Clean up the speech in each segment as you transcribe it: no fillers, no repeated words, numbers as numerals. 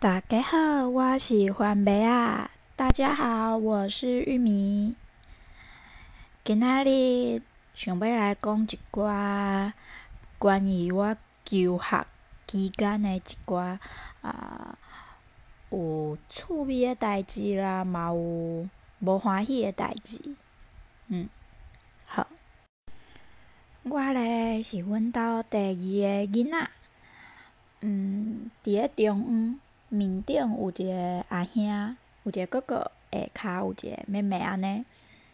大家好，我是番麦啊。大家好，我是玉米。今仔日想要来讲一寡关于我求学期间的一寡有趣味的代志啦，嘛有无欢喜的代志。好，我咧是阮兜第二个囡仔。伫咧中央面顶有一个阿兄，有一个哥哥，下骹有一个妹妹安尼。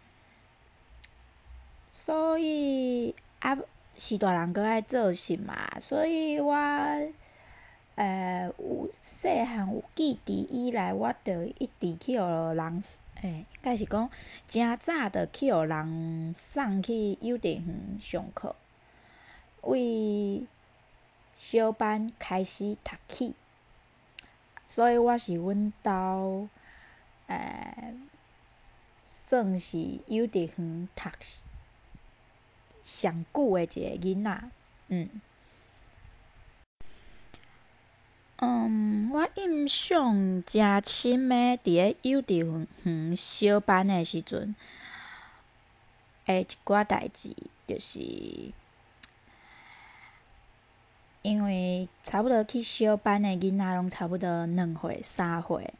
所以是大人搁爱做甚嘛？所以我有细汉有记忆以来，我着一直去互人应该是讲诚早着去互人送去幼稚园上课，为小班开始读起，所以我是阮兜算是幼稚园读上久的一个囡仔。我印象诚深的，伫咧幼稚园小班的时阵，一寡代志，就是因为差不多去小班的囡仔拢差不多2岁、3岁，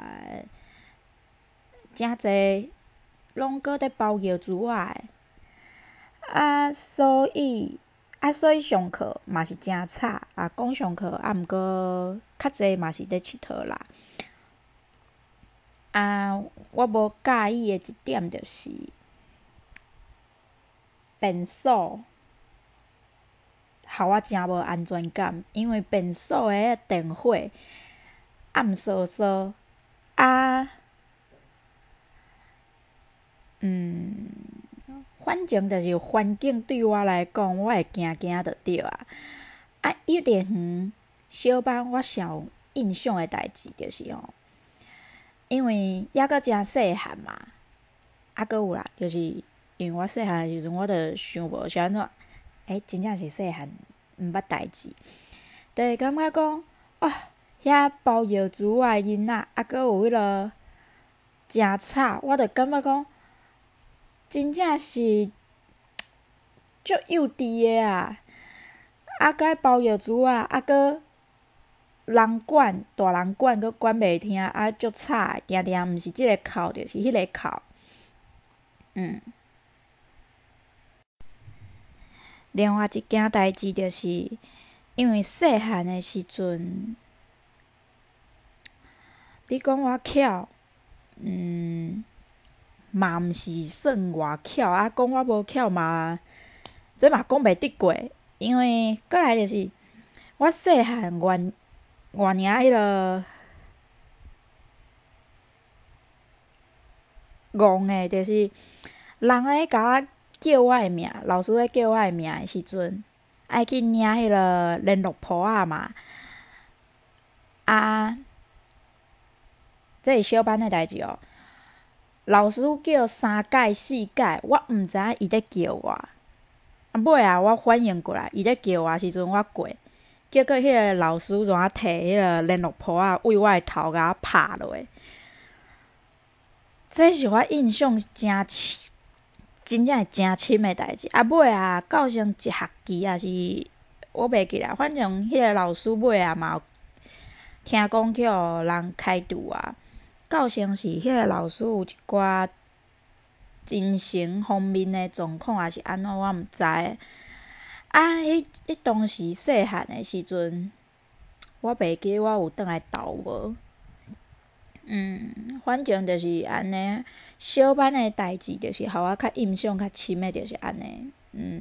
诚济拢搁伫包药珠仔的，所以上课嘛是诚吵，讲上课毋过较济嘛是咧佚佗啦。我无介意的一点就是便所，互我诚无安全感，因为便所的迄电火暗扫扫，反正就是环境对我来讲，我会惊惊着着啊。幼稚园小班我上有印象的代志就是因为抑搁诚细汉嘛，搁有啦，就是因为我细汉的时阵，我着想无是安怎，真正是细汉毋捌代志，就会感觉讲遐包药珠仔的囡仔，搁有迄落诚吵，我着感觉讲真正是足幼稚的啊！搁爱包药珠仔，搁人管大人管搁管袂听，足吵的，定定毋是即个哭就是迄个哭。另外一件代志就是，因为细汉的时阵，你讲我巧，嘛毋是算偌巧，讲我无巧嘛，这嘛讲袂得过，因为过来就是我细汉原领迄落戆的，就是人咧甲我叫我的名，老师咧叫我的名的时阵，爱去领迄落联络簿仔嘛。这是小班的代志老师叫3届4届，我毋知影伊咧叫我。尾我反应过来，伊咧叫我时阵，我过，结果迄个老师怎啊摕迄个联络簿仔为我的头甲我拍落。这是我印象真正是诚深的代志。尾到成一学期是我袂记啦，反正迄个老师尾嘛有听讲去互人开除到成是迄个老师有一寡精神方面的状况，还是安怎我毋知。迄当时细汉的时阵，我袂记我有倒来斗无。反正就是安尼，小班的代志就是互我较印象较深的，就是安尼。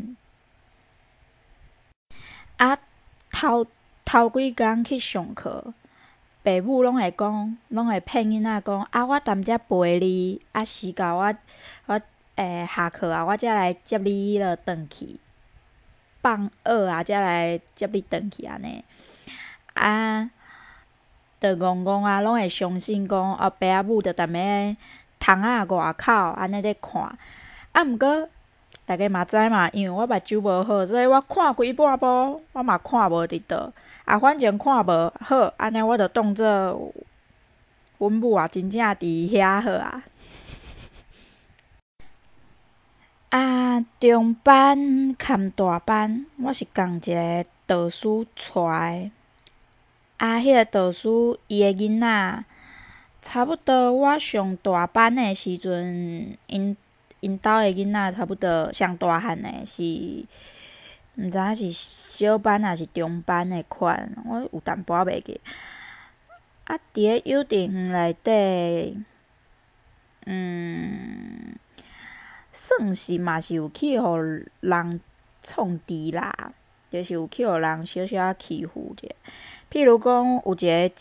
头几工去上课，爸母拢会讲，拢会骗囡仔讲我踮遮陪你，时到我下课我才来接你迄落转去，放学才来接你转去安尼。着戆戆拢会相信讲爸母着踮咧窗仔外口安尼咧看。毋过大家嘛知嘛，因为我目睭无好，所以我看规半部我嘛看无伫倒。啊，反正看无好，安尼我着当做阮母啊真正伫遐好啊。啊，中班含大班，我是共一个导师带的。啊，迄个导师伊的囡仔，差不多我上大班的时阵，因兜的囡仔差不多上大汉的是，毋知影是小班还是中班的款，我有淡薄仔袂记。啊，伫咧幼稚园内底，算是嘛是有去互人创治啦，就是有去互人小小仔欺负者。譬如讲，有一个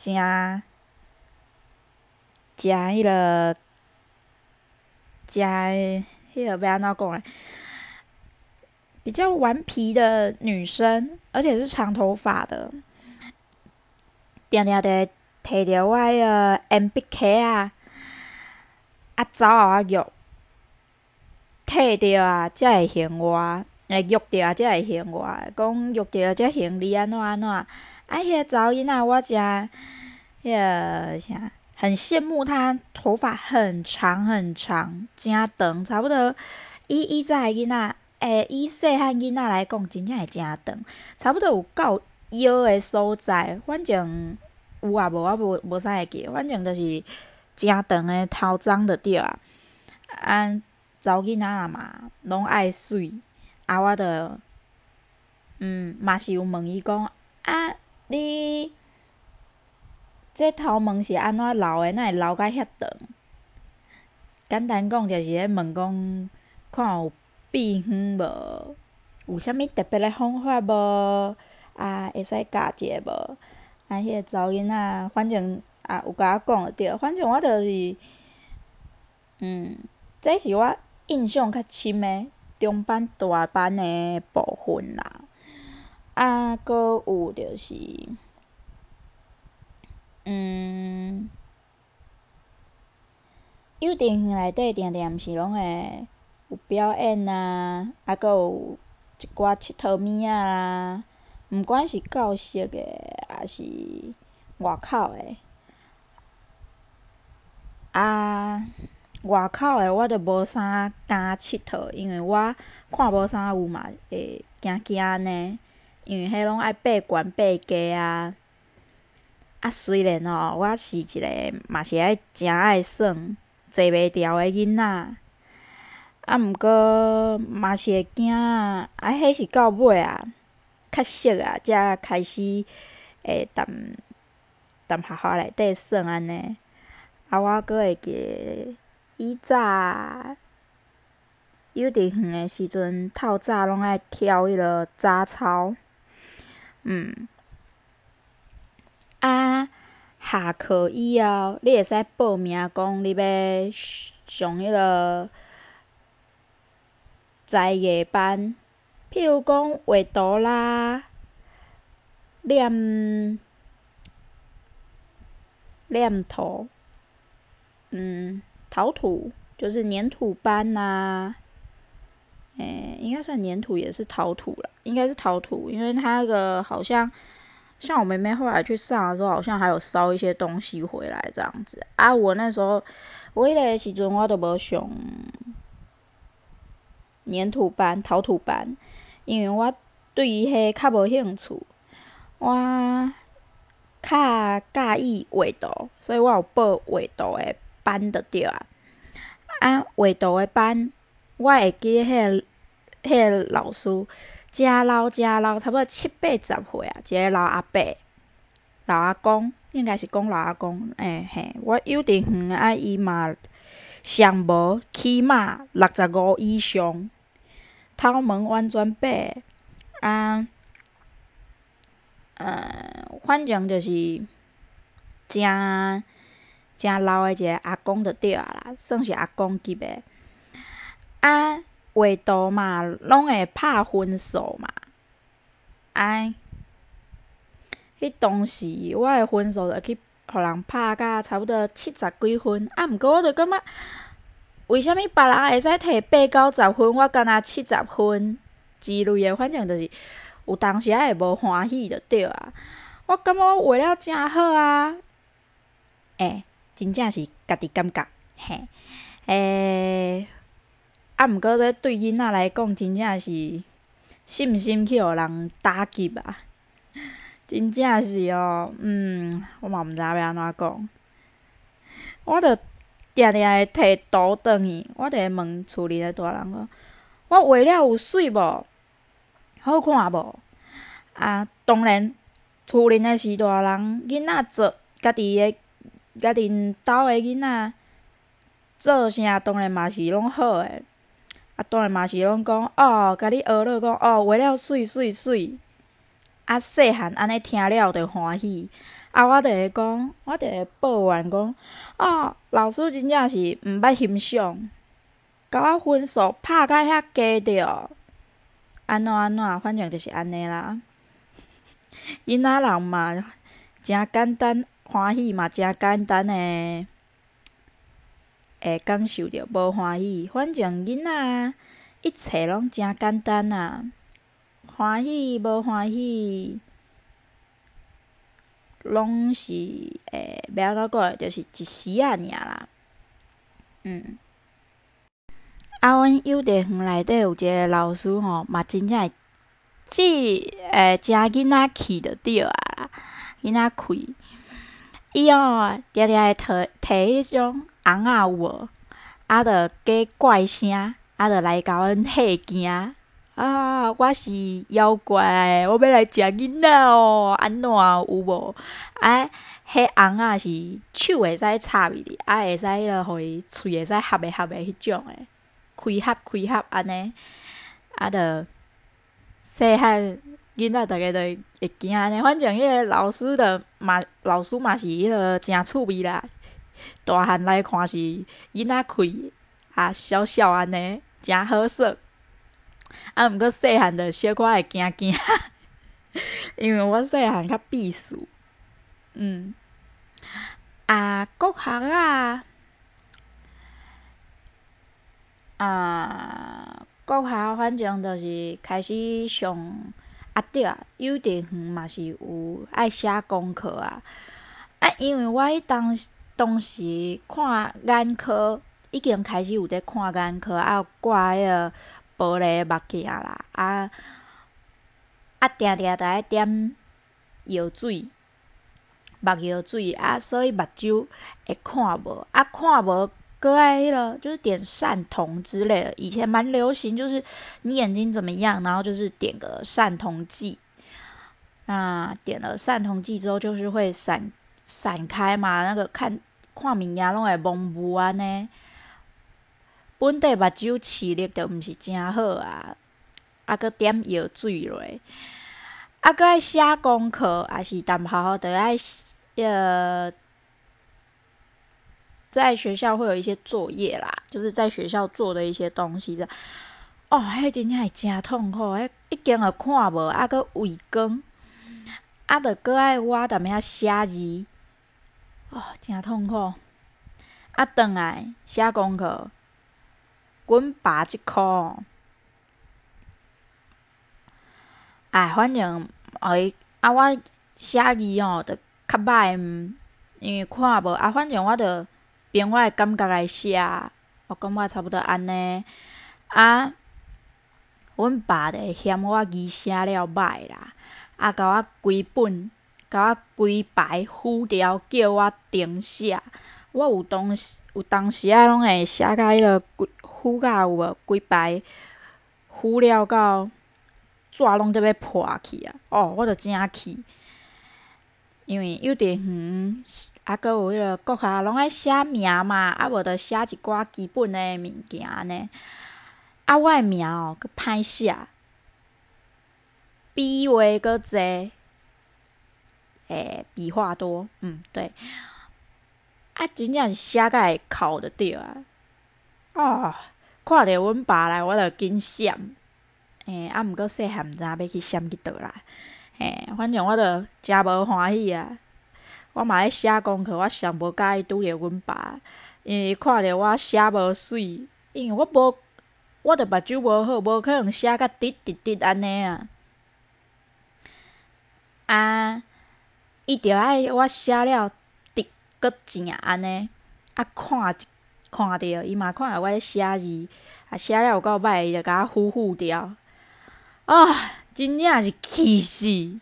诚迄落诚迄落要安怎讲咧？比较顽皮的女生，而且是长头发的，定定地摕着我迄个鉛笔盒走后玉，摕着啊才会还我，玉着啊才会还我，讲玉着才还你安怎安怎。啊，迄个查某囡仔我诚迄个啥，很羡慕她头发很长很长，诚长，差不多以早的囡仔，以细汉囡仔来讲，真正会诚长，差不多有到腰的所在。反正有啊无我无啥会记，反正就是诚长的头鬃就对啊。啊，查某囡仔啊嘛，拢爱水，啊我着嘛是有问伊讲啊，你这头毛是安怎留的？哪会留甲遐长？简单讲就是咧问讲，看有变远无？有啥物特别的方法无？啊，会使教一下无？啊，迄个查某囡仔，反正啊有甲我讲就对，反正我就是，这是我印象较深的中班大班的部分啦。啊，搁有就是，幼稚园内底定定毋是拢会有表演啊，啊，搁有一寡佚佗物仔啦，毋管是教室的，还是外口的。啊，外口的我着无啥敢佚佗，因为我看无啥有嘛会惊惊安尼，因为迄拢爱爬悬爬低啊。啊，虽然我是一个嘛是诚爱耍坐袂牢的囡仔，啊，毋过嘛是会惊啊，迄是到尾较熟才开始会踮学校内底耍安尼。啊，我阁会记得以早幼稚园的时阵，透早拢爱跳迄落早操，啊，下课以后，你会使报名讲你要上迄落才艺班，譬如讲画图啦、黏土，陶土就是粘土班呐、应该算粘土也是陶土啦，应该是陶土，因为它那个好像我妹妹后来去上的时候，好像还有烧一些东西回来这样子啊。我那时候我迄个时阵我都无上粘土班、陶土班，因为我对于迄较无兴趣，我较介意画图，所以我有报画图的班就对啊。啊，画图的班，我会记迄个老师诚老，差不多70、80岁啊，一个老阿伯、老阿公，应该是讲老阿公。嘿，我幼稚园伊嘛上无起码65以上，头毛完全白啊。反正就是诚老的一个阿公就对啊啦，算是阿公级的。啊，画图嘛，拢会拍分数嘛。迄当时我的分数就去互人拍甲差不多70几分，啊，毋过我就感觉为虾米别人会使摕8、90分，我敢若70分之类的，反正就是有当时会无欢喜就对啊。我感觉我画了真好啊，真正是家己感觉，嘿，毋过这对囡仔来讲，真正是信心去互人打击啊，真正是哦，我嘛毋知要安怎讲，我着定定会摕图转去，我着会问厝里的大人讲，我画了有水无？好看无？啊，当然，厝里的是大人，囡仔做家己兜的囡仔做啥，当然嘛是拢好诶。啊，当然嘛是拢讲哦，甲你学了讲哦，画了水水水。啊，细汉安尼听了着欢喜。啊，我着会讲，我着会抱怨讲，哦，老师真正是毋捌欣赏，甲我分数拍甲遐低着，安怎，反正就是安尼啦。囡仔人嘛，诚简单，欢喜嘛诚简单诶，会感受着无欢喜。反正囡仔一切拢诚简单啊，欢喜无欢喜，拢是要安怎讲，就是一时仔尔啦。啊，阮幼稚园内底有一个老师吼，嘛真正会真囡仔气着对啊啦，囡仔气。伊定定会摕迄种红仔有无？啊，着加怪声，啊，着来甲阮吓惊。啊，我是妖怪，我要来食囡仔哦，安怎有无？啊，迄红仔是手会使插入去，啊，会使迄落互伊喙会使合的迄种诶，开合安尼，啊，着细汉囡仔逐个都会惊安尼。反正迄个老师嘛是迄落诚趣味啦。大汉来看是囡仔气啊，笑笑安尼，诚好耍。啊，毋过细汉着小可会惊惊，因为我细汉较避暑。国学国学反正就是开始上对啊，幼稚园嘛是有爱写功课啊。因为我迄当时看眼科，已经开始有在看眼科，有挂迄个玻璃目镜啦，定定着爱点药水，目药水所以目睭会看无，看无。搁爱迄个就是点散瞳之类的，以前蛮流行，就是你眼睛怎么样，然后就是点个散瞳剂。点了散瞳剂之后，就是会散开嘛，那个看物件拢会模糊安尼。本地目睭视力就毋是诚好啊，搁点药水落，搁爱写功课，也是淡薄仔就爱在学校会有一些作业啦，就是在学校做的一些东西。迄真正是诚痛苦，迄已经会看无，搁畏光，着搁爱我踮遐写字，诚痛苦。转来写功课，阮爸即箍反正我写字着较歹，因为看无反正我着凭我的感觉来写，我感觉差不多安尼。阮爸着会嫌我字写了歹啦，甲我规本，甲我规排糊掉，叫我重写。我有当时拢会写甲迄落糊甲有无规排糊了到纸拢得要破去啊！我着诚气。因为幼稚园搁有迄落国学拢爱写名嘛，无着写一寡基本的物件安尼。我的名佫歹写，笔画佫济，笔画多，对。真正是写甲会哭着对啊！看着阮爸来，我着紧闪。毋过细汉毋知影要去闪去倒来。反正我着诚无欢喜啊！我嘛咧写功课，我上无介意拄着阮爸。 因为伊看着我写无水，因为我着目睭无好，无可能写甲直直直安尼啊。啊，伊着爱我写了直搁正安尼，看着伊嘛看着我咧写字，啊写了有够歹，伊着甲我糊掉。啊，真正是气死！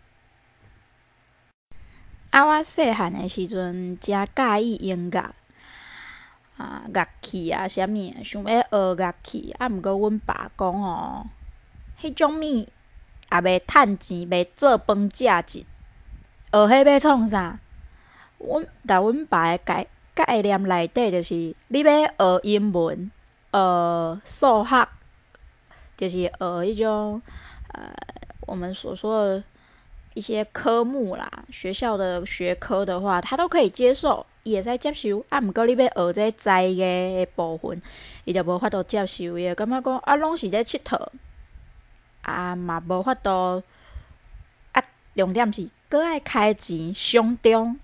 啊，我细汉诶时阵诚介意音乐，乐器啊，啥物诶，想要学乐器，啊，毋过阮爸讲吼，迄种物也袂趁钱，袂做饭食钱，学迄要创啥？阮爸诶概念内底就是，你要学英文、学数学，就是学迄种我们所说的一些科目啦，学校的学科的话，他都可以接受，伊会使接受。啊，毋过你要学这才艺的部分，伊就无法度接受，伊就感觉讲啊，拢是咧佚佗，啊嘛无法度。啊，重点是搁爱开钱上中，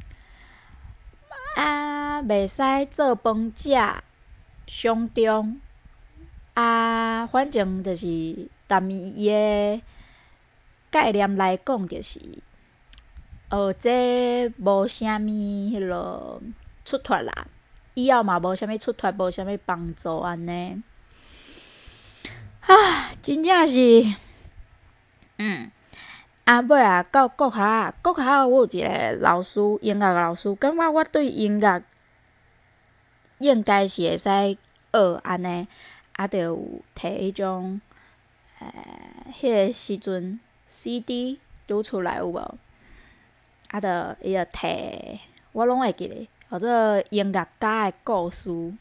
啊袂使做饭食上中，啊反正就是但伊的概念来讲，就是学这无啥物迄落出脱啦，以后嘛无啥物出脱，无啥物帮助安尼。真正是，尾啊到国校我有一个老师，音乐老师，感觉我对音乐应该是会使学安尼，啊，着有摕迄种迄个时阵 CD 拄出来有无？啊，伊着摕，我拢会记咧，叫做音乐家的故事，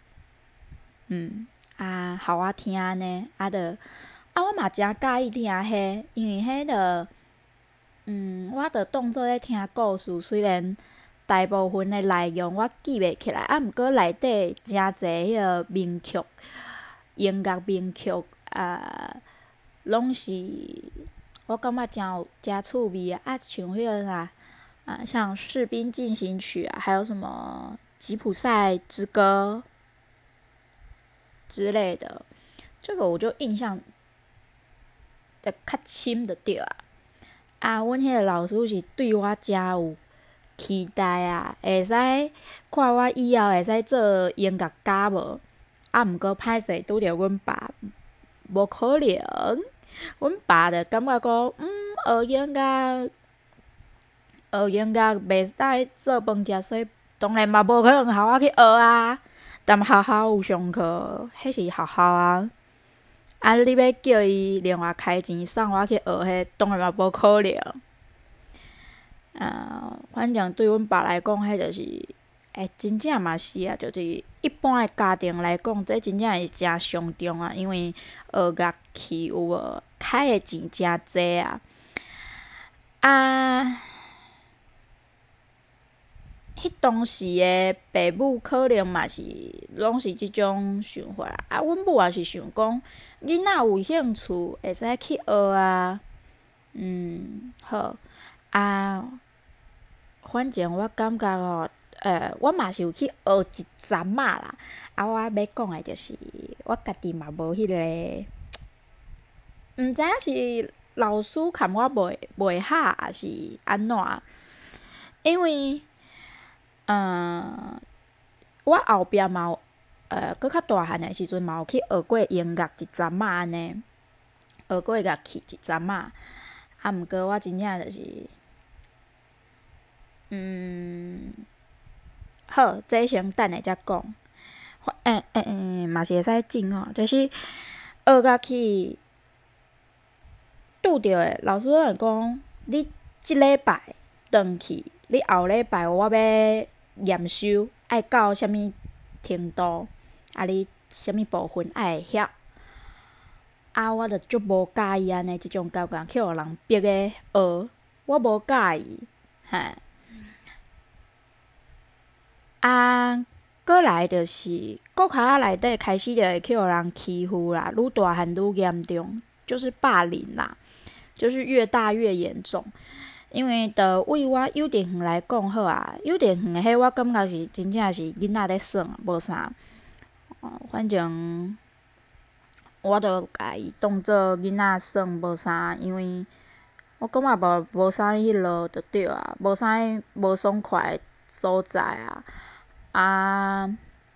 互我听呢，我嘛诚介意听迄，因为迄着，我着当做咧听故事，虽然大部分的内容我记袂起来，毋过内底诚侪迄个名曲，音乐名曲拢是我感觉诚趣味啊，像迄个啥。像《士兵进行曲》啊，还有什么《吉普赛之歌》之类的，这个我就印象的较深的对啊。阮迄个老师是对我诚有期待啊，会使看我以后会使做音乐家无？毋过歹势拄着阮爸，无可能。阮爸着感觉讲，学音乐袂使做饭食，所以当然嘛无可能互我去学啊。但学校有上课，迄是学校啊。你要叫伊另外开钱送我去学迄，当然嘛无可能。反正对阮爸来讲，迄就是，真正嘛是啊，就是一般的家庭来讲，这真正是诚上重啊，因为学乐器有无，开的钱诚济啊。迄当时的爸母可能嘛是拢是即种想法啦。阮母也是想讲，囡仔有兴趣会使去学啊。好反正我感觉吼，我嘛是有去学一阵仔啦。我要讲的就是，我家己嘛无迄个，毋知影是老师看我袂合，还是安怎？因为我后壁嘛有，搁较大汉的时阵嘛有去学过音乐一阵仔安尼，学过乐器一阵仔。毋过我真正就是，好，这先等下才讲。嘛是会使进吼，就是学乐器拄着的老师会讲，你即礼拜转去，你后礼拜我要验收，爱到啥物程度，你啥物部分爱会晓。我着足无介意安尼即种感觉，去互人逼的学，我无介意，过来就是国校仔内底开始就会去互人欺负啦，愈大汉愈严重，就是霸凌啦，就是越大越严重。 因为着为我幼稚园来讲好啊，幼稚园迄我感觉是真正是囡仔咧耍啊，无啥。反正我着家己当做囡仔耍无啥，因为我感觉无啥迄落着对啊，无啥无爽快的所在啊。啊，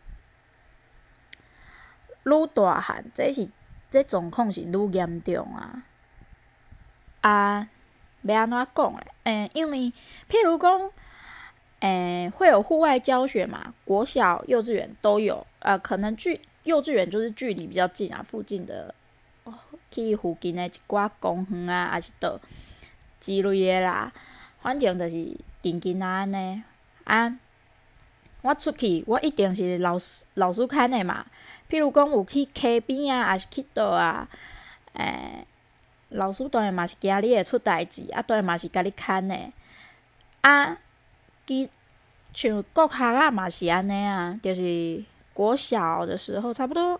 愈大汉，这状况是愈严重啊。啊，要安怎讲咧？因为譬如讲，会有户外教学嘛，国小、幼稚园都有。可能幼稚园就是距离比较近啊，附近的去附近的一寡公园啊，还是倒之类的啦。反正就是近近啊安尼。啊，我出去，我一定是老师牵的嘛。譬如讲有去溪边啊，还是去倒啊，老师当然嘛是惊你会出代志，当然嘛是甲你牵的。啊，像国学啊嘛是安尼啊，就是国小的时候，差不多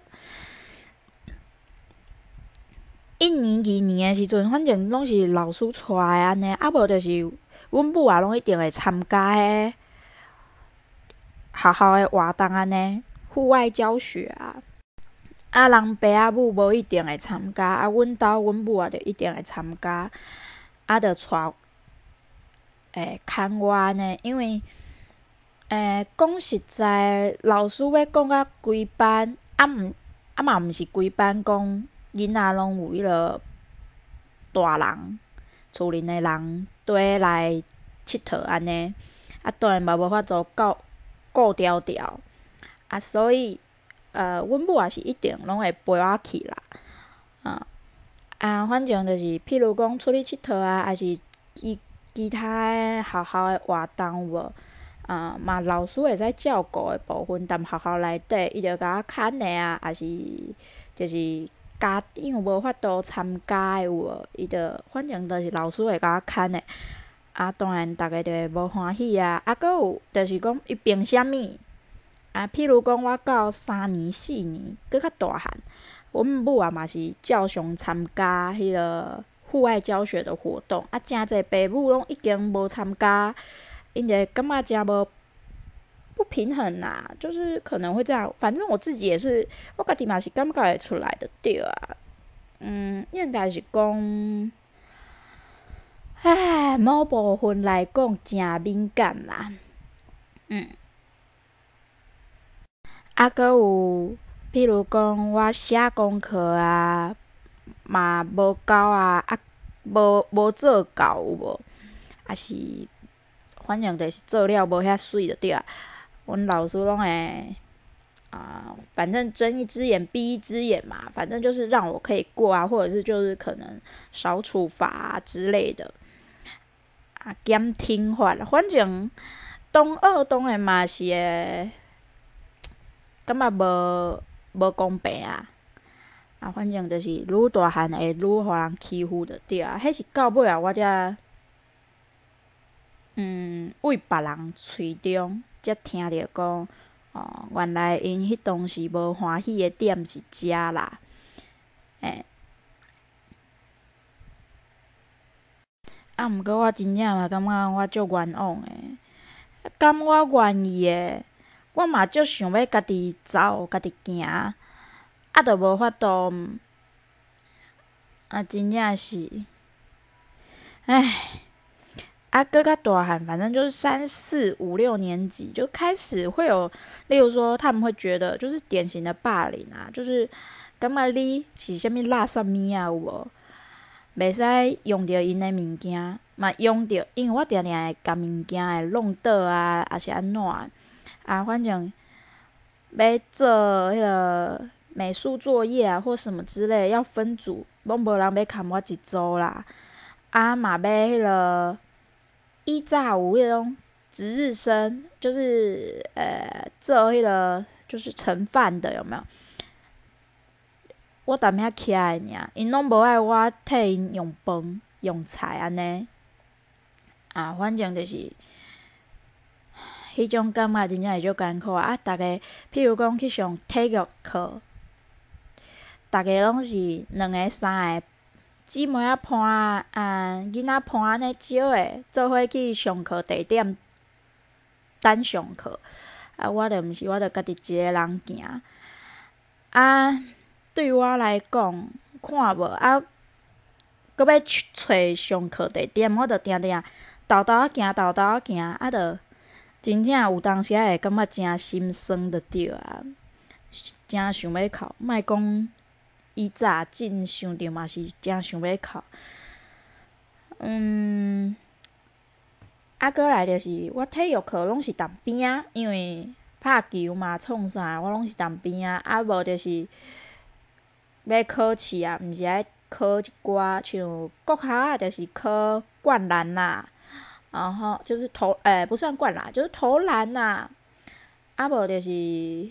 1年、2年的时阵，反正拢是老师带的安尼，无就是阮母啊，拢一定会参加迄学校的活动安尼，户外教学啊。人爸仔母无一定会参加，阮兜阮母啊，就一定会参加，就牵我安尼，因为讲实在，老师要讲甲规班，嘛毋是规班讲囡仔拢有迄落大人、厝邻的人缀来佚佗安尼，当然嘛无法度顾条条，所以阮母也是一定拢会陪我去啦。反正就是譬如讲出去佚佗啊，还是其他的学校的活动有无？嘛老师会使照顾的部分，但学校内底伊着甲我牵的啊，还是就是家长无法度参加的有无？伊着反正就是老师会甲我牵的。当然逐个着会无欢喜啊。搁有就是讲伊评啥物？譬如讲我到3年、4年，搁较大汉，阮母啊嘛是照常参加迄个户外教学的活动。诚济爸母拢已经无参加，因就感觉诚无不平衡啦，就是可能会这样。反正我自己也是，我家己嘛是感觉会出来的对啊。应该是讲，某部分来讲诚敏感啦。搁有譬如讲我写功课啊，嘛无够啊，无做够有无？是反正就是做了无遐水就对啊。阮老师拢会反正睁一只眼闭一只眼嘛，反正就是让我可以过啊，或者是就是可能少处罚之类的。减听法，反正同学当然嘛是会感觉无公平啊。反正就是愈大汉会愈互人欺负着对啊。迄是到尾啊，我才为别人喙中才听着讲，原来因迄当时无欢喜的点是遮啦。毋过我真正嘛感觉我足冤枉诶。敢我愿意诶，我嘛足想要家己走、家己行，着无法度。真正是，搁较大汉，反正就是3、4、5、6年级就开始会有，例如说他们会觉得就是典型的霸凌啊，就是感觉你是啥物垃圾物啊有无？袂使用着因的物件，嘛用着，因为我定定会甲物件会弄倒啊，还是安怎反正要做迄个美术作业啊，或什么之类，要分组，拢无人要牵我一组啦。嘛要迄个依早有迄种值日生，就是做迄个就是盛饭的有没有？我踮遐徛的尔，因拢无爱我替因用饭用菜安尼。反正就是迄种感觉真正是足艰苦啊。逐个譬如讲去上体育课，逐个拢是2个、3个姊妹仔伴囡仔伴安尼少诶，做伙去上课地点等上课。我着毋是，我着家己一个人行。对我来讲，看无搁要找上课地点，我着定定豆豆仔行，豆豆仔行，着真正有当时会感觉诚心酸着对啊，诚想要哭，莫讲以早真想着嘛是诚想要哭。过来就是我体育课拢是当边仔，因为拍球嘛创啥，我拢是当边仔，无就是要考试啊，毋是爱考一寡像国校啊，就是考灌篮啦，然后就是不算灌篮，就是投篮啦，无就是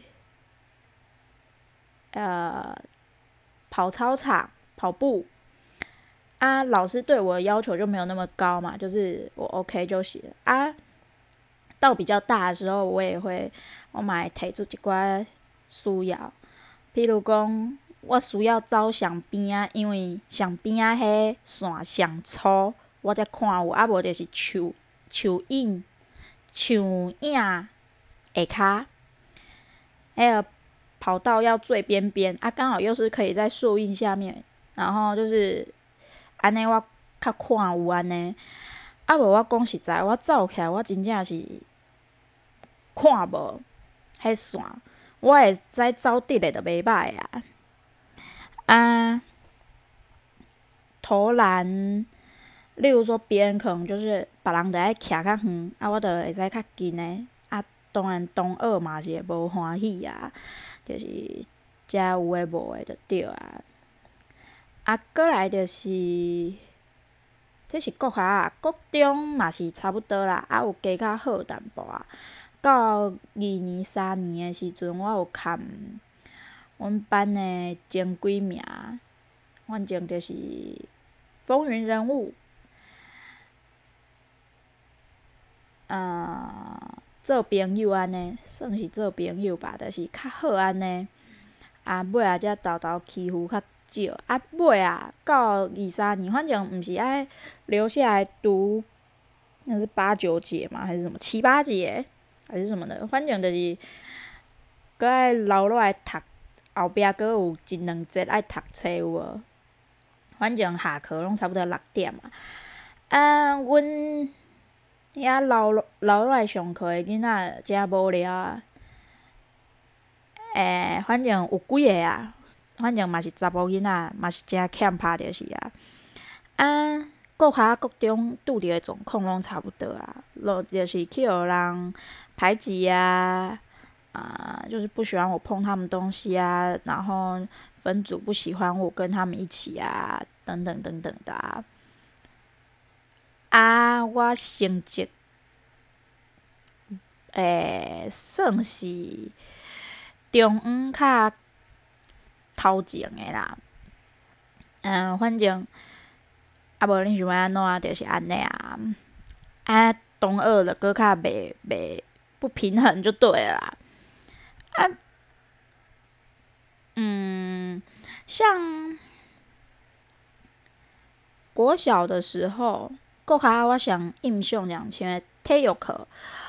跑操场跑步。老师对我的要求就没有那么高嘛，就是我 OK 就行了。到比较大的时候，我嘛会提出一寡需要，譬如讲，我需要走上边仔，因为上边仔迄线上粗，我才看有，无就是树影下骹，迄个跑道要最边边，刚好又是可以在树荫下面，然后就是安尼我较看有安尼。无我讲实在，我走起来我真正是看无迄线，我会使走直的就袂歹啊。投篮，例如说别人可能就是别人就爱徛较远，我就会使较近的。当然同学嘛是会无欢喜啊，就是遮有诶无诶就对啊。过来就是这是国校啊，国中嘛是差不多啦，有加较好淡薄啊。到2年、3年诶时阵，我有看阮班诶前几名，反正就是风云人物，做朋友安尼，算是做朋友吧，就是较好安尼。尾才豆豆欺负较少，尾到2、3年，反正毋是爱留下来读，那是8、9节嘛，还是什么7、8节，还是什么的，反正就是搁爱留落来读，后壁搁有1、2节爱读册有无？反正下课拢差不多6点嘛。阮遐留落来上课诶囡仔真无聊啊。反正有几个啊，反正嘛是查甫囡仔，嘛是真欠拍就是啊。国校、国中拄着诶状况拢差不多啊，就是去互人排挤啊，就是不喜欢我碰他们东西啊，然后分组不喜欢我跟他们一起啊，等等等等的我成绩算是中午较头前诶啦。反正无恁想要安怎就是安尼啊。同学就搁较袂不平衡就对了啦。像国小的时候，国校我上印象两深的体育课，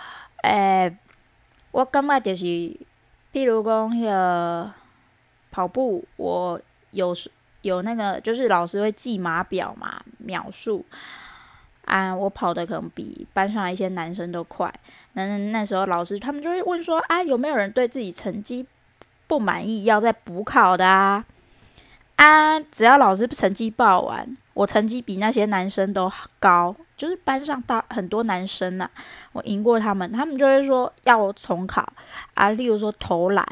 我感觉就是，譬如讲迄个跑步，我有那个就是老师会记码表嘛，秒数我跑的可能比班上一些男生都快。那时候老师他们就会问说有没有人对自己成绩不满意，要再补考的只要老师成绩报完，我成绩比那些男生都高，就是班上很多男生我赢过他们，他们就会说要我重考例如说投篮，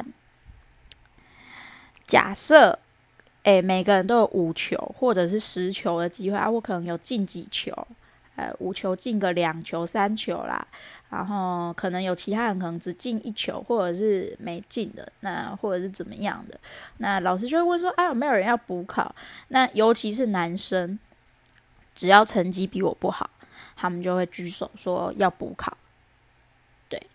假设每个人都有5球或者是10球的机会我可能有进几球，5球进个2球、3球啦，然后可能有其他人可能只进1球，或者是没进的，那或者是怎么样的，那老师就会问说有没有人要补考？那尤其是男生，只要成绩比我不好，他们就会举手说要补考。对，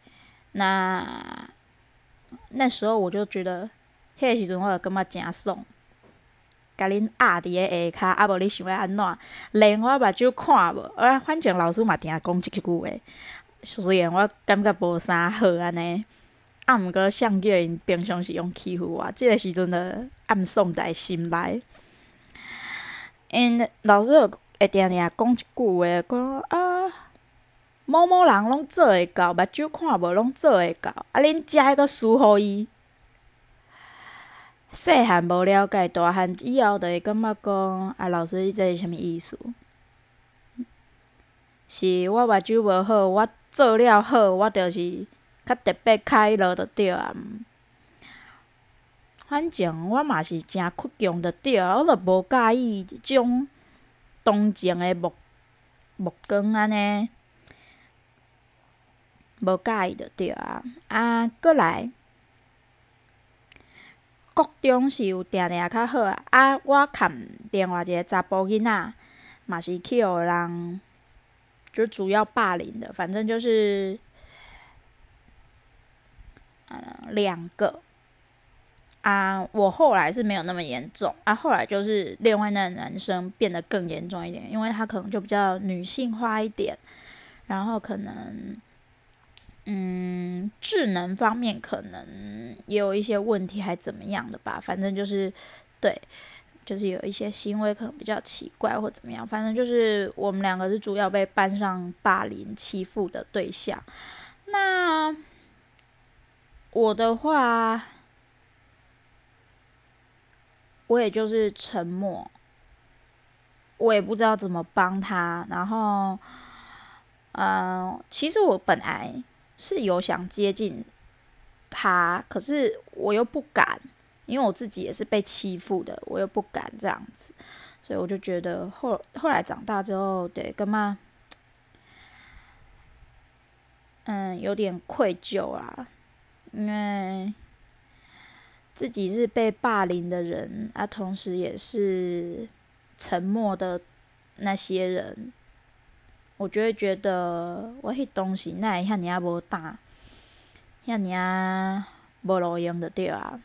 那时候我就觉得，迄个时阵我就感觉真爽。 甲恁压伫个下骹，啊无你想要安怎？连我目睭看无，反正老师嘛定讲即句话。虽然我感觉无啥好安尼，啊毋过相叫因平常时用欺负我，即个时阵就暗爽在心内。因老师就会定定讲一句话，讲某某人拢做会到，目睭看无拢做会到，啊恁遮还阁输互伊。细汉无了解，大汉以后就会感觉讲，老师你这是啥物意思？是我目睭无好，我做了好，我就是较特别开落就对啊。反正我嘛是诚倔强就对啊，我就无介意即种同情的目光安尼，无介意就对啊。过来，国中是有定定较好啊。我看另外一个查甫囡仔，嘛是去互人。就主要霸凌的，反正就是2个我后来是没有那么严重后来就是另外那个男生变得更严重一点，因为他可能就比较女性化一点，然后可能智能方面可能也有一些问题，还怎么样的吧，反正就是对。就是有一些行为可能比较奇怪或怎么样，反正就是我们2个是主要被班上霸凌欺负的对象。那我的话，我也就是沉默，我也不知道怎么帮他。然后，其实我本来是有想接近他，可是我又不敢。因为我自己也是被欺负的，我又不敢这样子，所以我就觉得后来长大之后，对，干嘛，有点愧疚啊，因为自己是被霸凌的人同时也是沉默的那些人，我就会觉得我迄当时哪会遐尔无胆，遐尔无路用就对啊。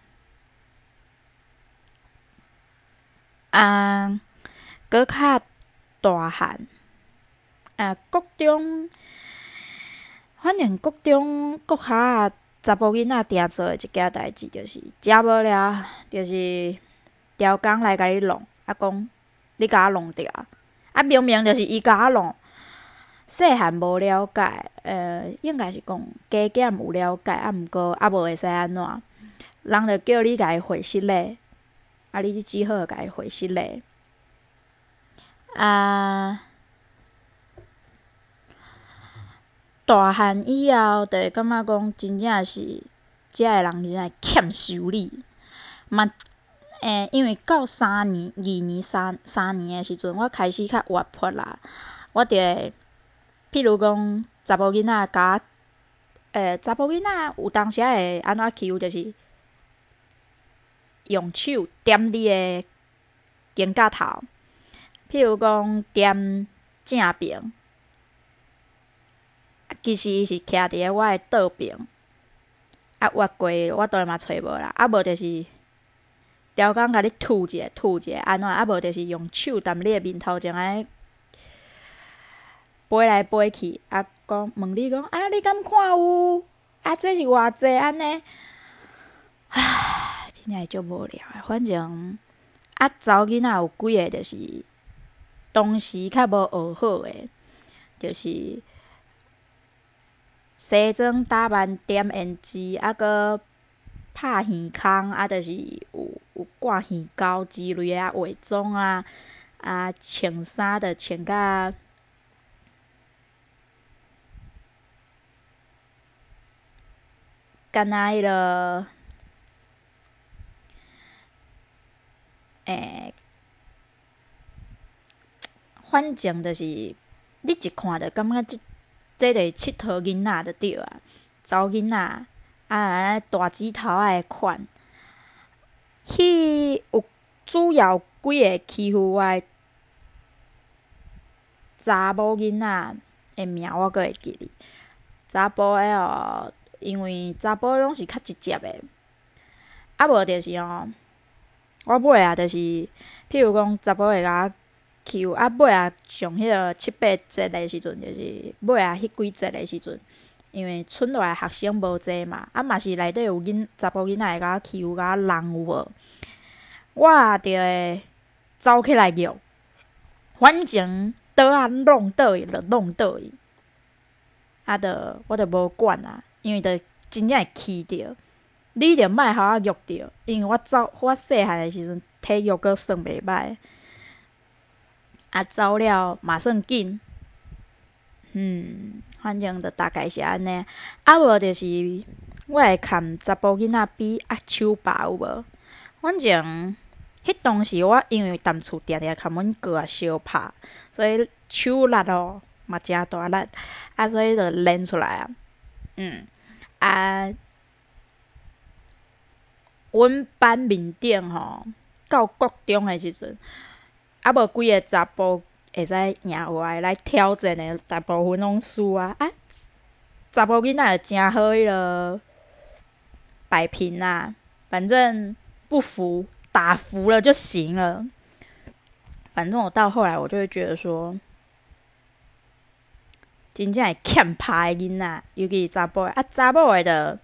搁较大汉国中，反正国中国校查甫囡仔定做的一件代志，就是食无了，就是调工来甲你弄，讲你甲我弄掉，明明就是伊甲我弄。细汉无了解，应该是讲加减有了解，毋过无会使安怎，人就叫你甲伊回失礼。你只好甲伊回失礼。大汉以后，就会感觉讲真正是遮个人真正欠修理。嘛，因为到2年、3年的时阵，我开始较活泼啦。我就会，譬如讲查甫囡仔甲查甫囡仔有当时会安怎欺负，就是用手点你的肩胛头，譬如讲点正边，其实伊是徛伫咧我的倒边，越过我当然嘛找无啦，无就是调工甲你吐一下，安怎？无就是用手踮你的面头前来飞来飞去，讲问你讲你敢看有？这是偌济安尼？真正是足无聊的。反正查某囡仔有几个就是当时较无学好的，就是西装打扮点胭脂，搁拍耳孔，就是有挂耳膏之类的伪装穿衫就穿甲敢若迄落反正就是你一看就感觉这就是佚佗囡仔就对啊，查某囡仔大指头仔的款。有主要几个欺负我的查某囡仔的名我阁会记哩。查甫的因为查甫拢是较直接的，无就是我尾啊，就是譬如讲查甫会甲我欺负，啊尾啊上迄个七八节的时阵，就是尾啊迄几节的时阵，因为剩落来学生无济嘛，啊嘛是内底有查甫囡仔会甲我欺负，甲我弄有无？我就会走起来虐，反正倒啊弄倒伊就弄倒伊，啊我就无管啊，因为就真正会气着。你着莫互我虐着，因为我细汉的时阵体育阁算袂歹，啊走了嘛算紧，反正就大概是安尼。啊无就是我会牵查甫囡仔比握手把有无？反正迄当时我因为踮厝定定牵阮哥啊相拍，所以手力嘛诚大力，啊所以就练出来啊。啊，阮班面顶到国中的时阵，啊无几个查甫会使赢我的来挑战的，大部分拢输啊。啊，查甫囡仔就诚好迄落摆平啊，反正不服打服了就行了。反正我到后来我就会觉得说，真正会欠拍的囡仔，尤其是查甫的啊，查某的就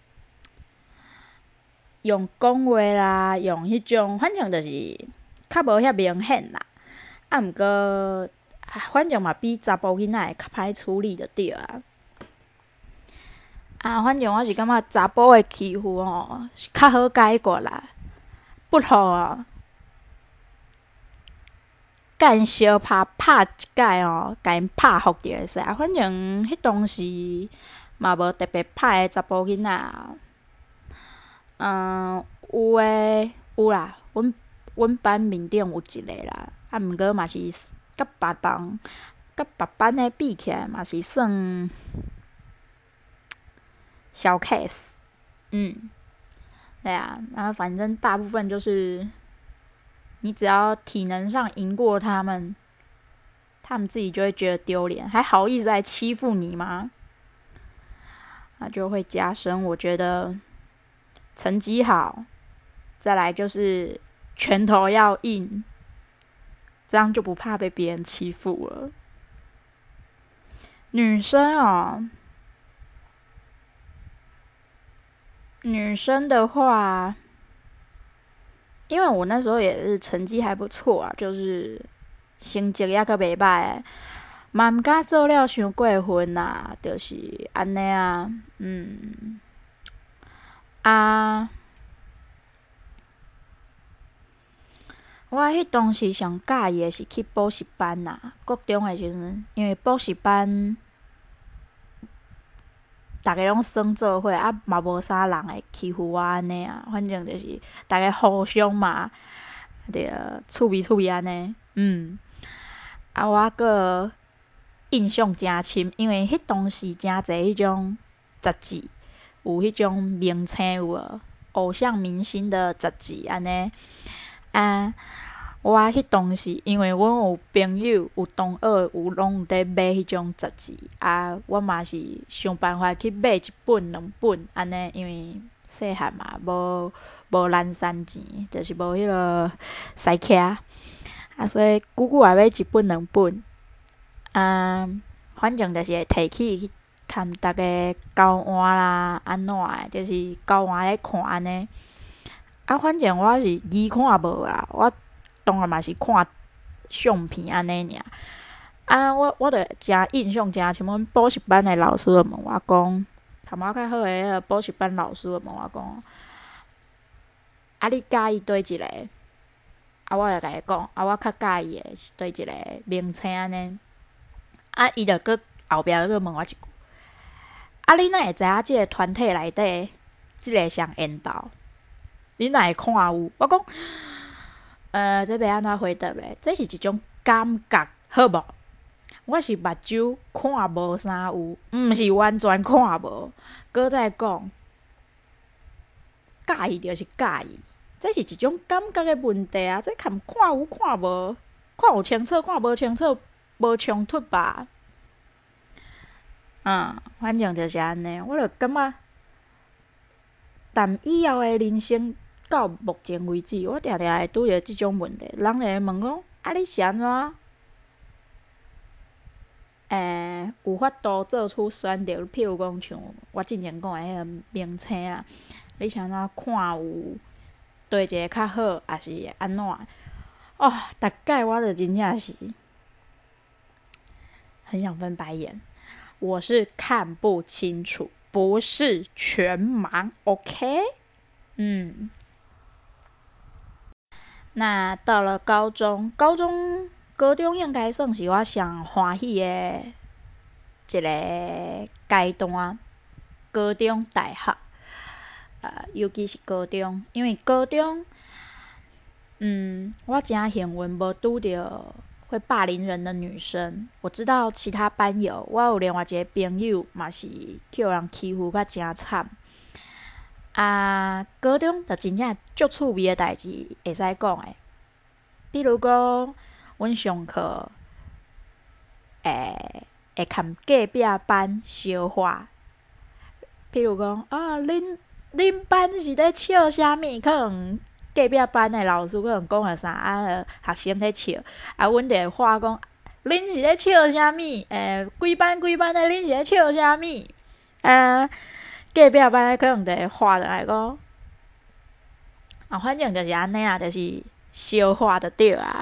用讲话啦，用迄种，反正就是较无遐明显啦。啊，毋过反正嘛比查甫囡仔会较歹处理就对啊。啊，反正我是感觉查甫的欺负是较好解决啦，不好甲因相拍一摆甲因拍服就会使啊。反正迄当时嘛无特别歹的查甫囡仔。有诶有啦，阮班面顶有一个啦，啊，毋过嘛是甲别班诶比起来嘛是算小 case。对啊，然后反正大部分就是你只要体能上赢过他们，他们自己就会觉得丢脸，还好意思来欺负你吗？那就会加深我觉得成绩好，再来就是拳头要硬，这样就不怕被别人欺负了。女生女生的话，因为我那时候也是成绩还不错啊，就是成绩也阁袂歹，嘛毋敢做了伤过分啦，就是安尼啊。啊，我迄当时上介意的是去补习班啦，国中的时阵，因为补习班逐个拢算做伙，啊嘛无啥人会欺负我安尼啊，反正就是逐个互相嘛，着趣味安尼。啊我阁印象诚深，因为迄当时诚侪迄种杂志，有迄种名称有无？偶像明星的杂志安尼。啊，我迄当时因为阮有朋友有同学拢有在买迄种杂志，啊，我嘛是想办法去买一本两本安尼，因为细汉嘛，无咱散钱，就是无迄落塞卡，啊，所以久久也买一本两本。反正就是会摕去含逐个交换啦，安怎诶，就是交换咧看安尼。啊，反正我是字看无啦，我当然嘛是看相片安尼尔。啊，我著诚印象诚深，阮补习班诶老师就问我讲，头毛较好诶迄个补习班老师就问我讲，啊，你介意对一个？啊，我就甲伊讲，啊，我较介意诶是对一个名称安尼。啊，伊就搁后壁搁问我一句，啊，你哪会知影即个团体内底即个上缘投？你哪会看有？我讲，这要安怎回答咧？这是一种感觉，好无？我是目睭看无啥有，毋是完全看无。搁再讲，介意就是介意，这是一种感觉的问题啊！这看有看无，看有清楚，看无清楚，无冲突吧？反正就是安尼，我就感觉，但以后的人生到目前为止，我定定会拄着即种问题，人会问讲，啊你是安怎？有法度做出选择，譬如讲像我之前讲的迄个名称啦，你是安怎看有对一个较好，还是安怎？哦，逐摆我就真正是很想翻白眼。我是看不清楚，不是全盲，OK？那到了高中，高中应该算是我上欢喜的一个阶段。高中、大学，尤其是高中，因为高中，我真幸运无拄着会霸凌人的女生。我知道其他班友，我有另外一个朋友嘛是去互人欺负甲真惨。高中就真正足趣味的代志会使讲诶，比如讲，阮上课会含隔壁班相话，譬如讲恁班是咧笑啥物？可能隔壁班的老师可能讲了啥，学生咧笑，阮就会话讲，恁是咧笑啥物？规班的恁是咧笑啥物？隔壁班的可能就会话落来讲，反正就是安尼啊，就是笑话就对啊。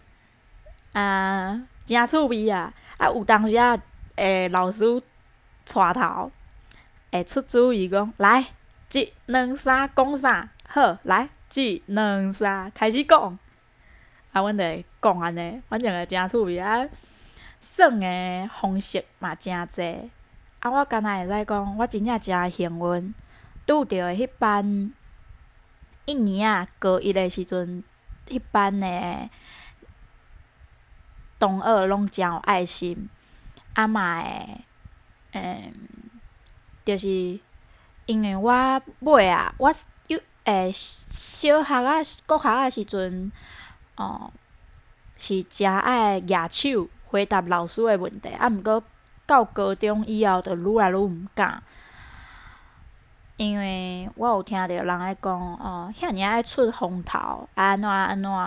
真趣味啊！有当时老师带头会出主意讲，来，一、二、三，讲啥？好，来，一、二、三，开始讲。阮就会讲安尼，反正就真趣味啊。耍的方式嘛真济。我敢若会使讲，我真正真幸运，拄着迄班一年啊，高一的时阵，迄班的同学拢真有爱心，嘛会，就是因为我尾啊，我小学啊、国学啊时阵，是真爱举手回答老师的问题，毋过到高中以后，就愈来愈毋敢。因为我有听到人咧讲，遐尔爱出风头，安怎安怎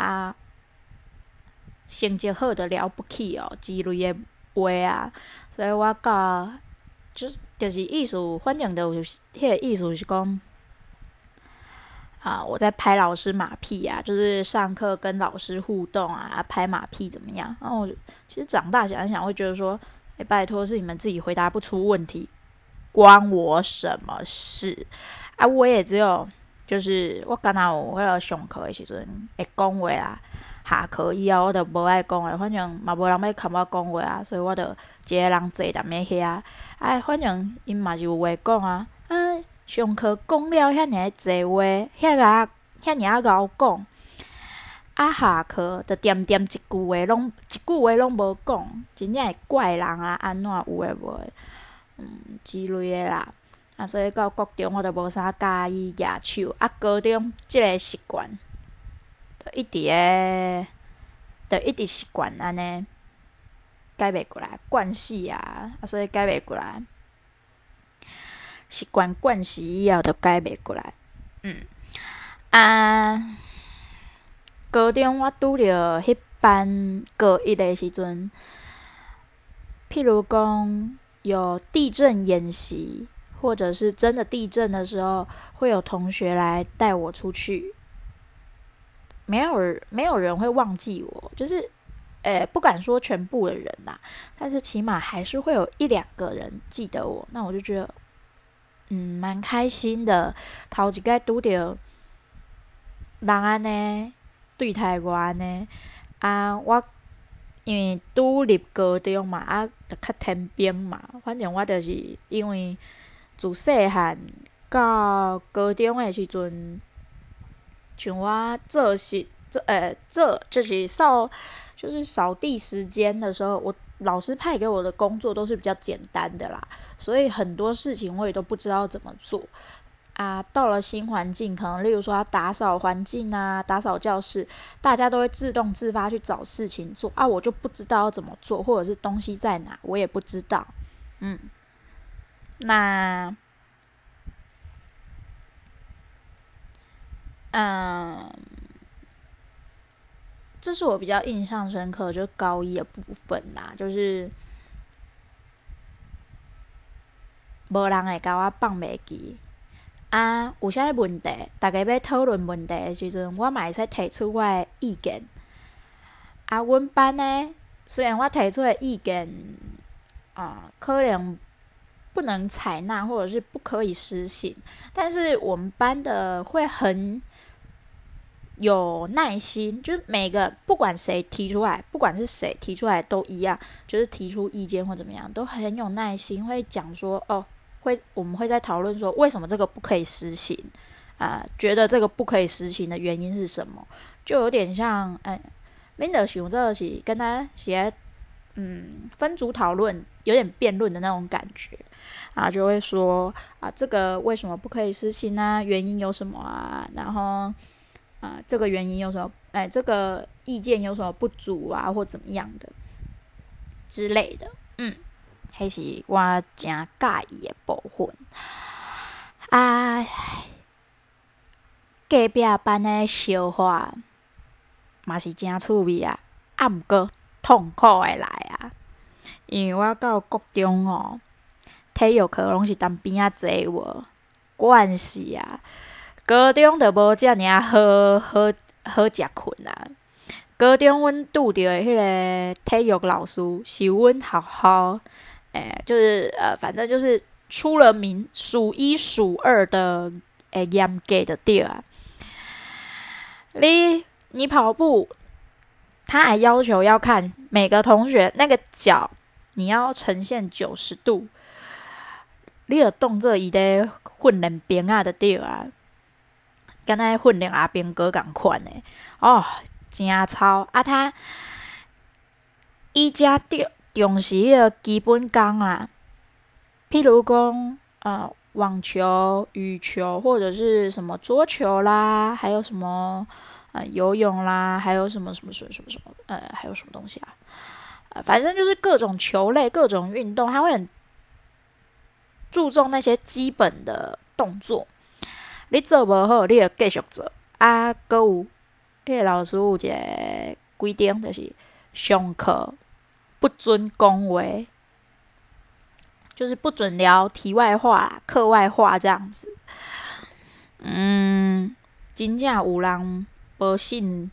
成绩好就了不起哦之类的话啊，所以我到就是意思，反正就有迄个意思是讲，我在拍老师马屁啊，就是上课跟老师互动啊，拍马屁怎么样？然后我其实长大想一想，会觉得说，拜托是你们自己回答不出问题，关我什么事？我也只有就是我敢若有迄个上课的时阵会讲话啊，下课以后我就无爱讲话，反正嘛无人要看我讲话啊，所以我就一个人坐踮咧遐。反正因嘛是有话讲啊，上课讲了遐尔济话，遐尔敖讲，下课就点一句话拢无讲，真正会怪人啊，安怎有诶无诶，之类诶啦。所以到国中我就无啥介意举手，高中即个习惯，就一直习惯安尼，改袂过来，惯势啊，所以改袂过来。习惯惯势以后，就改袂过来。高中我拄着迄班高一的时阵，譬如讲有地震演习，或者是真的地震的时候，会有同学来带我出去。没有人会忘记我，就是不敢说全部的人啦，但是起码还是会有一两个人记得我，那我就觉得蛮开心的。头一摆拄着人安尼对待我安尼，我因为拄入高中嘛，就较天兵嘛，反正我就是因为自细汉到高中的时阵，像我就是扫地时间的时候，我老师派给我的工作都是比较简单的啦，所以很多事情我也都不知道怎么做。到了新环境，可能例如说要打扫环境啊，打扫教室，大家都会自动自发去找事情做我就不知道要怎么做，或者是东西在哪，我也不知道。那嗯，这是我比较印象深刻，就是高一的部分啦，就是无人会甲我放袂记。啊，有啥问题，大家要讨论问题的时阵，我嘛会使提出我的意见。啊，阮班呢，虽然我提出的意见可能不能采纳，或者是不可以实行，但是我们班的会很有耐心，就是每个不管谁提出来，不管是谁提出来都一样，就是提出意见或怎么样，都很有耐心，会讲说我们会在讨论说为什么这个不可以实行觉得这个不可以实行的原因是什么，就有点像恁著想这个是跟他写分组讨论，有点辩论的那种感觉就会说这个为什么不可以实行啊？原因有什么啊？然后这个原因有什么？这个意见有什么不足啊，或怎么样的之类的。迄是我真介意的部分。隔壁班的笑话嘛是真趣味毋过痛苦的来因为我到国中体育课拢是当边坐无，惯势高中就无遮尔好食困高中阮拄着的迄个体育老师是阮学校就是反正就是出了名数一数二的严格的对你跑步，他还要求要看每个同学那个脚，你要呈现90度，你著当做伊咧训练兵就对敢若训练阿兵哥共款真操伊真重视迄个基本功譬如讲网球、羽球或者是什么桌球啦，还有什么游泳啦，还有什么还有什么东西反正就是各种球类、各种运动，他会很注重那些基本的动作。你做无好，你就继续做还有迄个老师有一个规定，就是上课不准讲话，就是不准聊题外话、课外话这样子。真正有人无信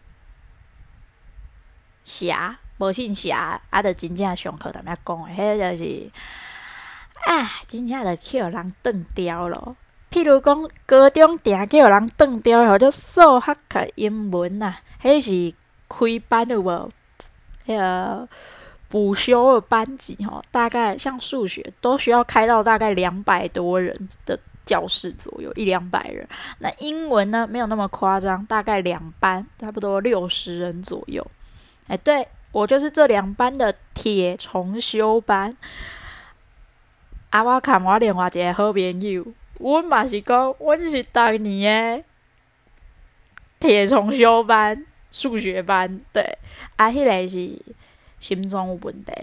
邪，就真正上课踮遐讲的，迄就是真正就去互人断掉咯。譬如讲，高中定去互人断掉，或者数学甲英文迄是开班有无？迄个补修的班级大概像数学都需要开到大概200多人的教室左右，100-200人。那英文呢，没有那么夸张，大概2班，差不多60人左右。对，我就是这2班的铁重修班。我看我另外一个好朋友，阮嘛是讲，阮是当年的铁重修班、数学班，对迄个是心脏有问题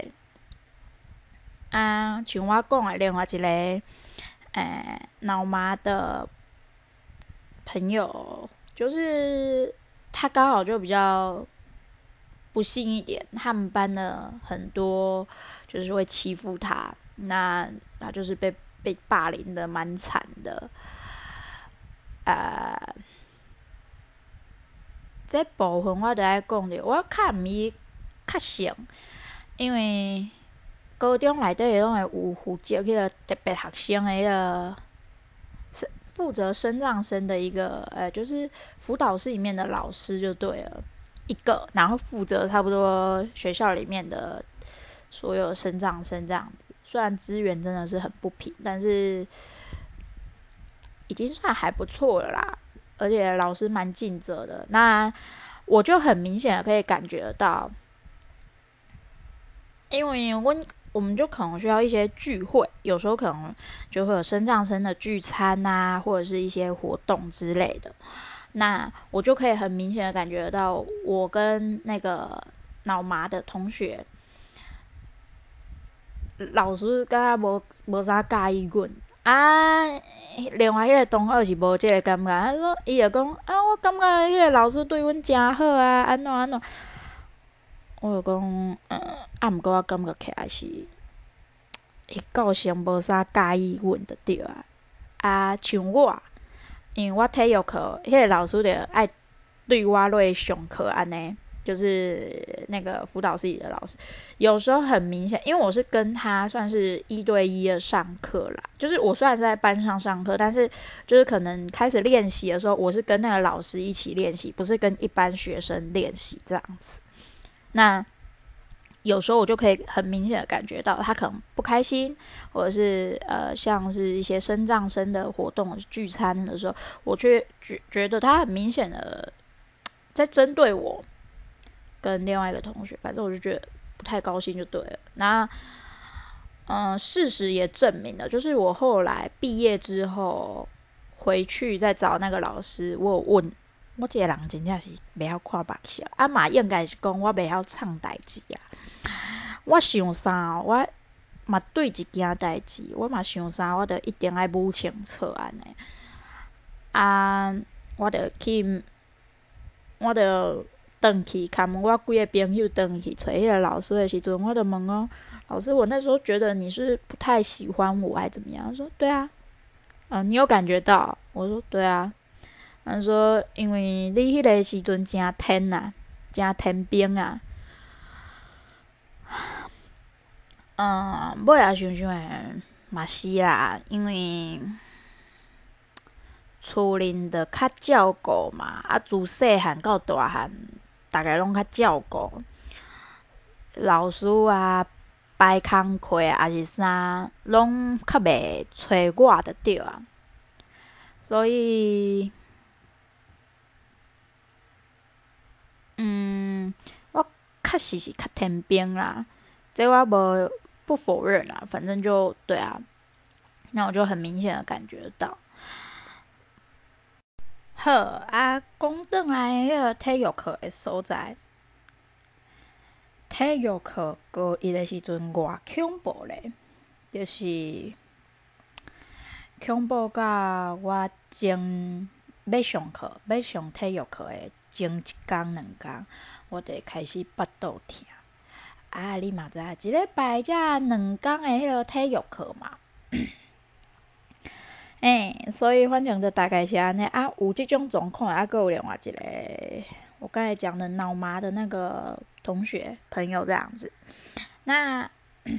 像我讲的另外一个脑麻的朋友，就是他刚好就比较不幸一点，他们班的很多就是会欺负他，那他就是被霸凌的蛮惨的。这部分我就爱讲着，我较毋是较像，因为高中内底拢会有负责迄个特别学生的迄个负责身障生的一个就是辅导室里面的老师就对了，一个，然后负责差不多学校里面的所有身障生这样子。虽然资源真的是很不平，但是已经算还不错了啦。而且老师蛮尽责的，那我就很明显的可以感觉得到，因为我们就可能需要一些聚会，有时候可能就会有身障生的聚餐或者是一些活动之类的，那我就可以很明显的感觉得到，我跟那个脑麻的同学，老师敢若无啥介意阮另外迄个同学是无即个感觉，他说伊就讲啊，我感觉迄个老师对阮诚好啊，安怎安怎，我就讲，毋过我感觉起来是，伊个性无啥介意阮就对啊。啊，像我，因为我体育课，迄个老师就爱对我落上课安尼。就是那个辅导系的老师，有时候很明显，因为我是跟他算是1对1的上课啦。就是我虽然是在班上上课，但是就是可能开始练习的时候，我是跟那个老师一起练习，不是跟一般学生练习这样子。那有时候我就可以很明显的感觉到他可能不开心，或者是像是一些身障生的活动聚餐的时候，我却觉得他很明显的在针对我。跟另外一个同学，反正我就觉得不太高兴就对了。那事实也证明了，就是我后来毕业之后回去再找那个老师，我有问我这个人真正是袂晓看目痟，啊嘛应该是讲我袂晓创代志啊。我想啥，我嘛对一件代志，我嘛想啥，我就一定爱舞清楚安尼。啊，我就去，我就。转去，牵我几个朋友转去找迄个老师的时阵，我就问哦，老师，我那时候觉得你是不太喜欢我，还怎么样？他说对啊，你有感觉到？我说对啊。他说因为你迄个时阵真天啊，真天兵啊。尾仔想想诶，嘛是啦，因为厝邻就较照顾嘛，啊，自细汉到大汉。大家拢较照顾，老师啊、摆工课啊，还是啥，拢较袂找我就对啊。所以，我确实是较天兵啦，这我不否认啦，反正就对啊，那我就很明显的感觉到。好啊，讲转来迄个体育课的所在。体育课高一的时阵偌恐怖咧，就是恐怖到我前要上课、要上体育课的前1工2工，我就开始腹肚痛。啊，你嘛知影，一礼拜才2工的迄个体育课嘛。所以反正就大概是安尼啊，有即种状况，啊，还有另外一个我刚才讲的脑麻的那个同学朋友这样子。那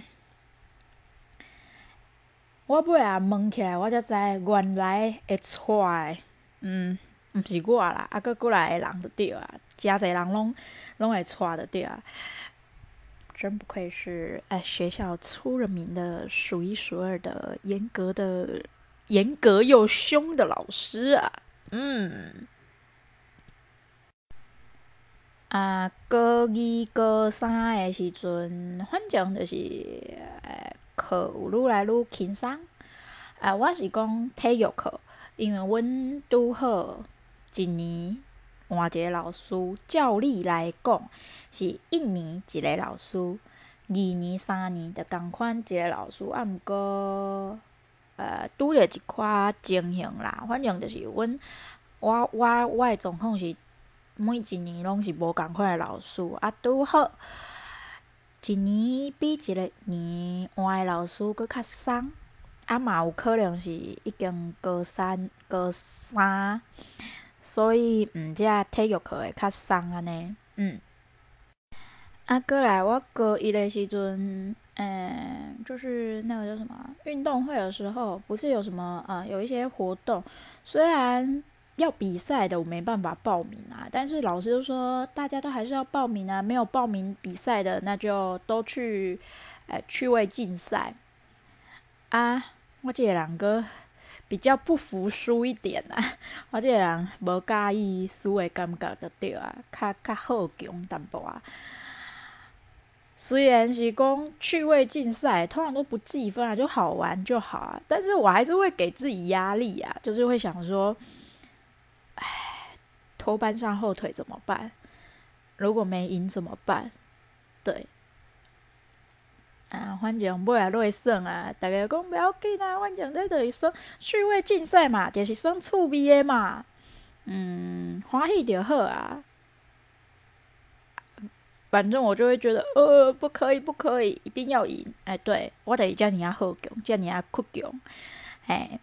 我尾仔问起来，我才知原来会带的，毋是我啦，啊，搁过来的人就对啊，真侪人拢会带就对啊。真不愧是学校出了名的数一数二的严格又凶的老师啊。高二、高三的时阵，反正就是课有愈来愈轻松。我是讲体育课，因为阮拄好一年换一个老师，照理来讲是1年一个老师，2年、3年就共款一个老师。啊，毋过拄着一寡情形啦，反正就是我的状况是每一年拢是无共款的老师，啊，拄好一年比一个年换的老师佫较松，啊嘛有可能是已经高三，所以这体育课会较松安尼。过来我高一的时阵，就是那个叫什么运动会的时候，不是有什么有一些活动，虽然要比赛的我没办法报名啊，但是老师就说大家都还是要报名啊，没有报名比赛的那就都去趣味竞赛啊。我这个人个比较不服输一点啊，我这个人无介意输的感觉就对啊，较好强淡薄啊。虽然是讲趣味竞赛，通常都不计分啊，就好玩就好啊，但是我还是会给自己压力啊，就是会想说，拖班上后腿怎么办？如果没赢怎么办？对， 反正尾也落算啊，逐个讲不要紧啊，反正这就是算趣味竞赛嘛，就是算趣味的嘛，欢喜就好啊。反正我就会觉得，不可以，不可以，一定要赢。对，我就是遮尔好强，遮尔倔强，嘿。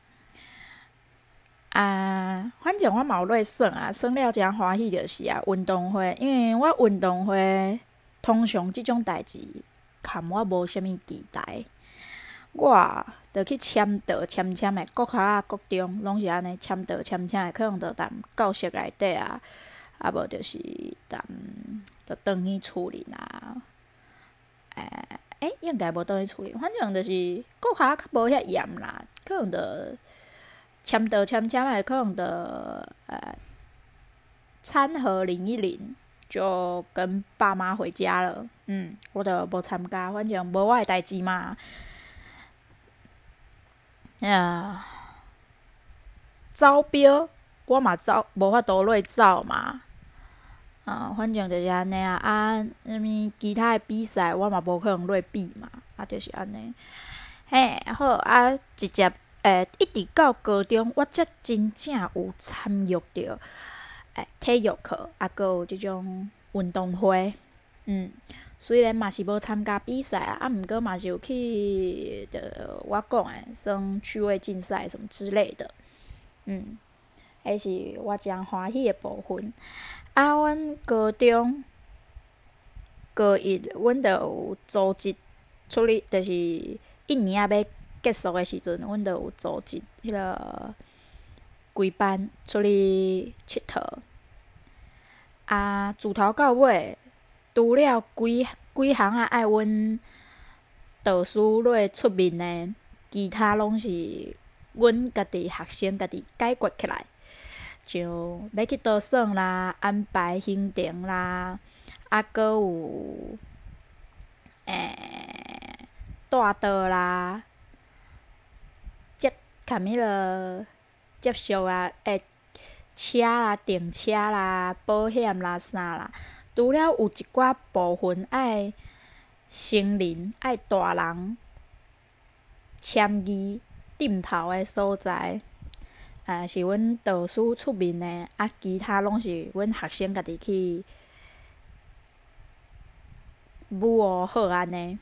反正我嘛有咧算啊，算了真欢喜就是啊，运动会，因为我运动会通常即种代志，含我无啥物期待，我着去签到签的，国校啊、国中拢是安尼签到签的，可能着踮教室内底啊，啊无就是踮着转去厝里啊。应该无倒去厝里，反正就是国校较无遐严啦，可能着签到签的，可能着餐盒领一领，就跟爸妈回家了。我就无参加，反正无我的代志嘛。走标我嘛无法度落走嘛。反正就是安尼啊。什物其他的比赛我嘛无可能落比嘛。就是安尼。好直接一直到高中，我才真正有参与着体育课，搁有即种运动会。虽然嘛是无参加比赛毋过嘛是有去我讲的算趣味竞赛什么之类的。迄是我真欢喜的部分。阮高中高一，阮着有组织出去，就是一年要结束的时阵，阮着有组织迄个规班出去佚佗。自头到尾，除了几项爱阮导师落出面的，其他拢是阮家己学生家己解决起来。像要去倒耍啦，安排行程啦，搁有带倒啦，含迄落接触车啦、订车啦、保险啦啥啦。除了有一寡部分爱成人、爱大人参与点头的所在，是阮导师出面的，其他拢是阮学生家己去舞哦好安尼。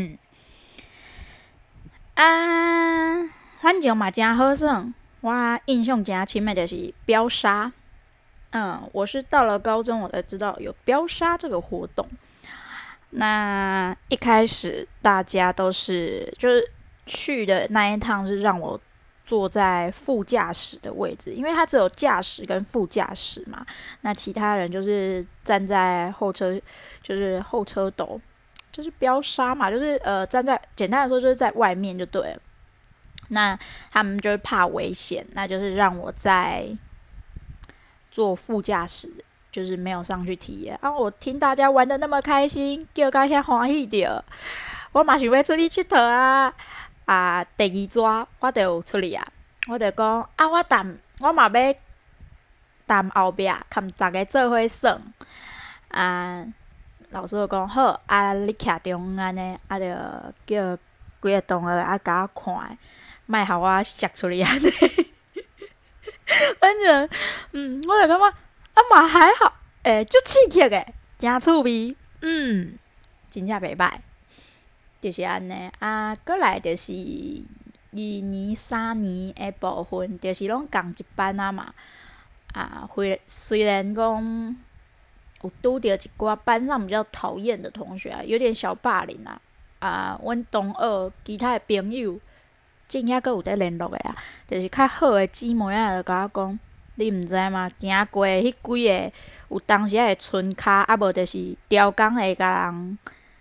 反正嘛真好耍。我印象真深的就是飙沙。我是到了高中我才知道有飙沙这个活动。那一开始大家都是就是去的那一趟是让我坐在副驾驶的位置，因为它只有驾驶跟副驾驶嘛，那其他人就是站在后车，就是后车斗，就是飙沙嘛，就是站在简单的说就是在外面就对了。那他们就是怕危险，那就是让我在坐副驾驶，就是没有上去体验。我听大家玩的那么开心，叫到遐欢喜着，我嘛想要出去佚佗啊。第二抓我就有出去啊，我就讲我嘛要站后壁，含大家做伙耍。老师就讲好，你徛中安尼，就叫规个同学甲我看，莫互我摔出去安尼。反正我就感觉嘛还好，足刺激诶，真趣味。真正袂歹。就是安尼过来就是2年、3年的部分，就是拢共一班嘛。虽然讲有拄着一寡班上比较讨厌的同学有点小霸凌阮同学其他的朋友，正遐阁有在联络的就是较好的姊妹就甲我讲，你毋知吗？行过迄几个，有当时会剩骹，无就是刁工会甲人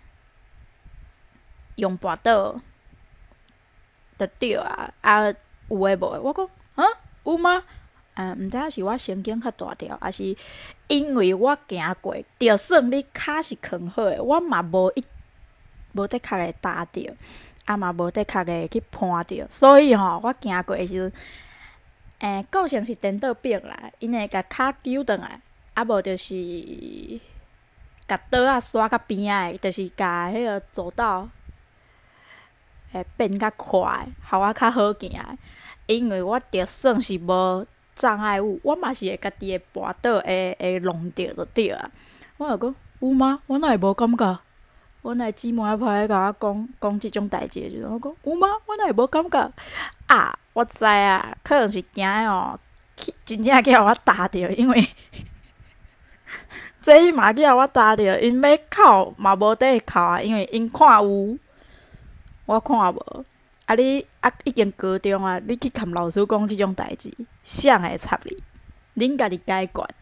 用跋倒，就对有诶无诶？我讲有吗？毋知影是我神经较大条，还是因为我行过，就算你骹是囥好诶，我嘛无得确会踏着，嘛无得确会去攀着，所以我行过诶时阵，个性是颠倒变啦，因会甲骹揪转来，无就是甲桌刷较边仔诶，就是甲迄个走道会变较快，互我较好行的。因为我着算是无障碍物，我嘛是会家己会跋倒，会弄着就对啊。我就讲有吗？我哪会无感觉？阮的姊妹仔跑来甲我讲即种代志的时阵，我讲有吗？我哪会无感觉？啊，我知啊，可能是惊哦，真正叫我踏着，因为这伊嘛叫我踏着，因要哭嘛无得哭啊，因为因看有，我看无。啊已经高中啊，你去含老师讲即种代志，谁会插你？恁家己解决。